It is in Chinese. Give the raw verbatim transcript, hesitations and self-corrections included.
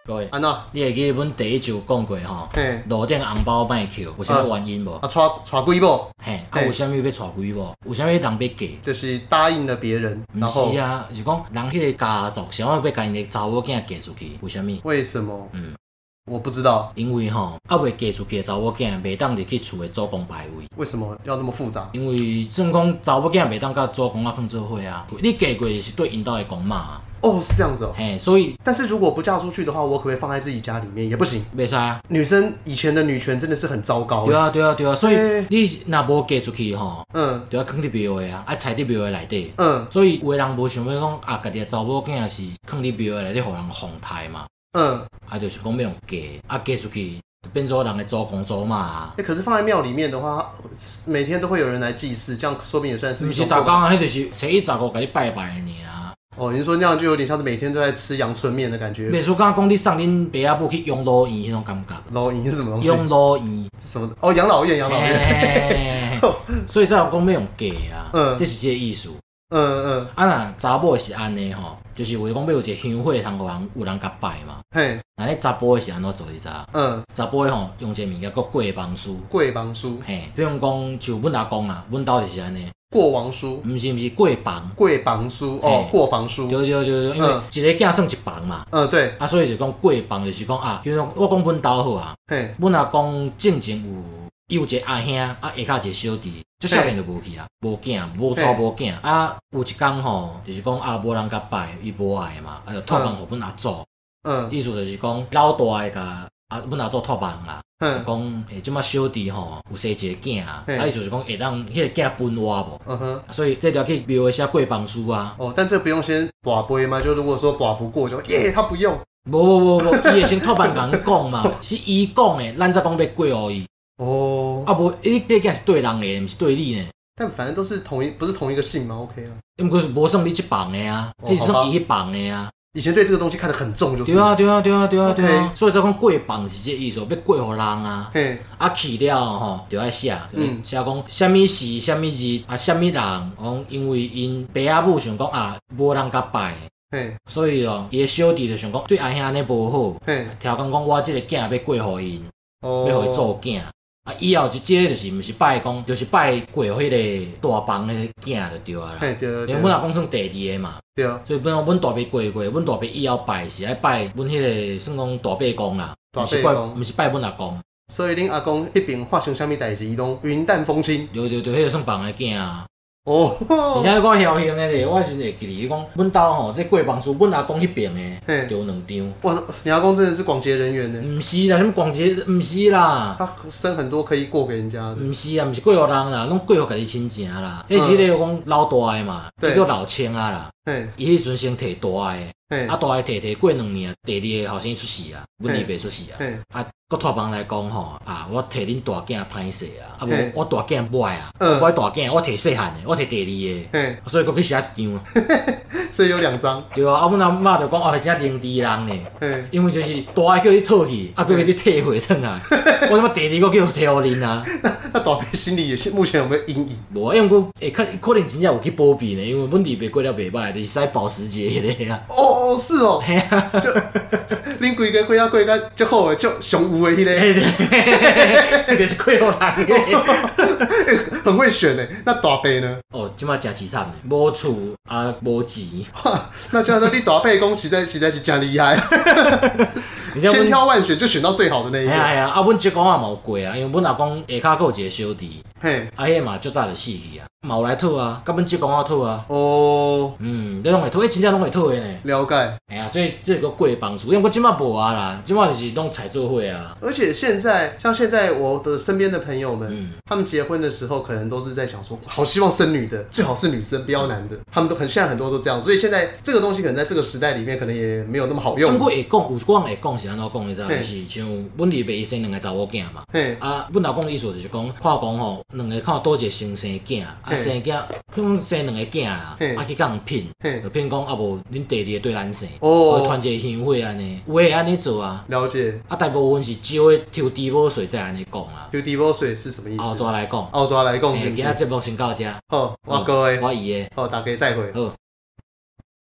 各位， 安怎？ 你会记阮第一集有讲过吼， 嘿， 路顶红包卖扣，有啥物原因无？ 啊，娶娶几某， 嘿，啊，有啥物要娶几某？有啥物人要嫁？ 就是答应了别人， 毋然后是啊，是讲人迄个家族想要要甲因的查某囝嫁出去，为啥物？ 为什么？ 嗯， 我不知道因为吼，啊未嫁出去的查某囝袂当入去厝的祖公牌位。 为什么要那么复杂。 因为正讲查某囝袂当甲祖公啊碰做伙啊，你嫁过是对因兜的公妈啊， 哦，是这样子哦。 嘿，所以但是如果不嫁出去的话，我可不可以放在自己家里面？也不行。 袂使啊。 女生以前的女权真的是很糟糕。 对啊，对啊，对啊，所以嘿你若无嫁出去吼， 嗯就要囥伫庙的啊，爱踩伫庙的内底。 嗯所以有的人无想要讲啊，家己的查某囝是囥伫庙的内底，互人哄抬嘛， 嗯。 啊，就是讲要用嫁，啊嫁出去就变做人的祖公祖妈啊。 哎、可是放在庙里面的话，每天都会有人来祭祀，这样说不定也算是毋一种是逐工啊，迄就是初一十五甲你拜拜的尔啊。 哦。你说那样就有点像是每天都在吃阳春面的感觉。 袂说刚讲你送恁爸仔母去养老院迄种感觉。 老营是什么东西？ 养老院。 什么？哦，养老院，养老院。 嘿所以才有讲要用嫁啊， 嗯这是这个意思。 嗯嗯， 啊，若查某是安尼吼，就是为讲要有一个香火，通互人有人甲拜嘛。 嘿， 那你查甫的是安怎做？你知？ 嗯， 查甫的吼用一个物件叫过帮书。 贵帮书， 嘿，比如讲像阮阿公啊，阮兜就是安尼。 过王书， 毋是毋是过房。 贵房书，哦嘿， 过房书。 对对对对，因为一个囝算一房嘛。 嗯，对， 啊，所以就讲过房就是讲啊，比如讲我讲阮兜好啊， 嘿， 阮阿公进前有伊有一个阿兄，啊下骹一个小弟，足少年就无去啊，无囝，无娶无囝。啊，有一工吼，就是讲啊无人甲拜，伊无爱嘛，啊就托梦互阮阿祖。 嗯意思就是讲老大个甲啊阮阿祖托梦啦， 嗯讲诶即摆小弟吼有生一个囝啊， 嘿啊意思就是讲会当迄个囝分活无， 嗯哼， 所以这条去庙诶写过帮书啊。 哦，但这不用先拔杯吗？就如果说拔不过，就耶，他不用。 无无无无，伊会先托梦甲阮讲嘛，是伊讲诶，咱才讲要过互伊。 哦， 啊无，你这囝是对人诶，毋是对你呢。 但反正都是同一，不是同一个姓吗 ？OK 啊。 毋过无算你即房诶啊， 哦你是算伊迄房诶啊。 以前对这个东西看得很重，就是。 对啊对啊对啊对啊对啊 OK 所以才讲过房是这意思，要过互人啊。 嘿， 啊去了吼，就爱写，就嗯写讲啥物时、啥物日啊、啥物人，讲因为因爸仔母想讲啊，无人甲拜， 嘿， 所以哦，伊个小弟就想讲对阿兄安尼无好， 嘿， 调讲讲我即个囝要过互因， 哦， 要互伊做囝。啊，以后就即个就是毋是拜讲，就是拜过迄个大房迄个囝就对啊啦。 嘿，对对因为阮阿公算第二个嘛， 对啊， 所以本来阮大伯过过，阮大伯以后拜是爱拜阮迄个算讲大伯公啦， 大伯毋是拜公毋是拜阮阿公。 所以恁阿公迄边发生啥物代志，伊拢云淡风轻。 对对对，迄个算房的囝啊。 哦， 而且我侥幸的咧，我是会记哩，讲阮兜吼，这过房书，阮阿公迄边的嘿， 就有两张。 哇，你阿公真的是广结人缘呢。 毋是啦，什么广节，毋是啦， 他生很多可以过给人家的。 毋是啊，毋是过互人啦，拢过互家己亲情啦。迄是迄个讲老大的嘛， 对伊叫老青啊啦。 嘿， 伊迄阵先摕大的， 嘿， 啊大的摕摕过两年，第二个后生出世啊，阮二伯出世啊。 嘿， 啊，搁托帮来讲吼，啊，我摕恁大囝歹势啊，啊无嘿我大囝歹啊， 嗯我大囝我摕细汉的，我摕第二嘿， 个，所以搁去写一张。 所以有两张。 对啊，啊，阮阿嬷就讲哦，真灵智人呢， 嘿， 因为就是大个叫你讨去，啊，叫你退回转来，我他妈第二个叫摕互恁啊， 那大伯心里也是目前有没有阴影？ 无，因为我会可可能真正有去保庇呢，因为阮二伯过了袂歹，就是使保时捷迄个啊， 哦，哦，是哦， 嘿啊， 就恁规个过啊过个足好诶，足上有诶迄个， 嘿对，就是过互人的。 很会选诶。那大伯呢？ 哦，即摆真凄惨呢，无厝啊，无钱， 哇，那这样说你大伯公实在实在是真厉害， 而且阮千挑万选就选到最好的那一个。 哎呀哎呀，啊，阮舅公也嘛有过啊，因为阮阿公下骹还有一个小弟， 嘿， 啊，迄个嘛足早就死去啊，嘛有来讨啊，甲阮舅公仔讨啊， 哦， 嗯，你拢会讨，迄真正拢会讨的呢。 了解。 哎呀，所以这个过帮助，因为我即摆无啊啦，即摆就是拢采做伙啊。 而且现在，像现在我的身边的朋友们， 嗯他们结婚的时候，可能都是在想说，好希望生女的，最好是女生，不要男的。他们都很现在很多都这样，所以现在这个东西可能在这个时代里面，可能也没有那么好用不。过会讲，有个人会讲是安怎讲，你知道？ 嘿就是像阮二伯伊生两个查某囝嘛， 嘿， 啊，阮老公的意思就是讲，看讲吼，两个看多一个先生囝，啊嘿生囝，可能生两个囝啊， 嘿啊去甲人聘， 嘿就骗讲啊无恁第二个对咱生， 哦会团一个香火安尼，有诶会安尼做啊， 了解。 啊大部分是少诶抽低保税才安尼讲啦。 丢 divorce 水是什么意思？ 后抓来讲， 澳抓来讲， 嘿，今仔节目先到这， 好，我各位， 我伊诶， 好，大家再会。 好。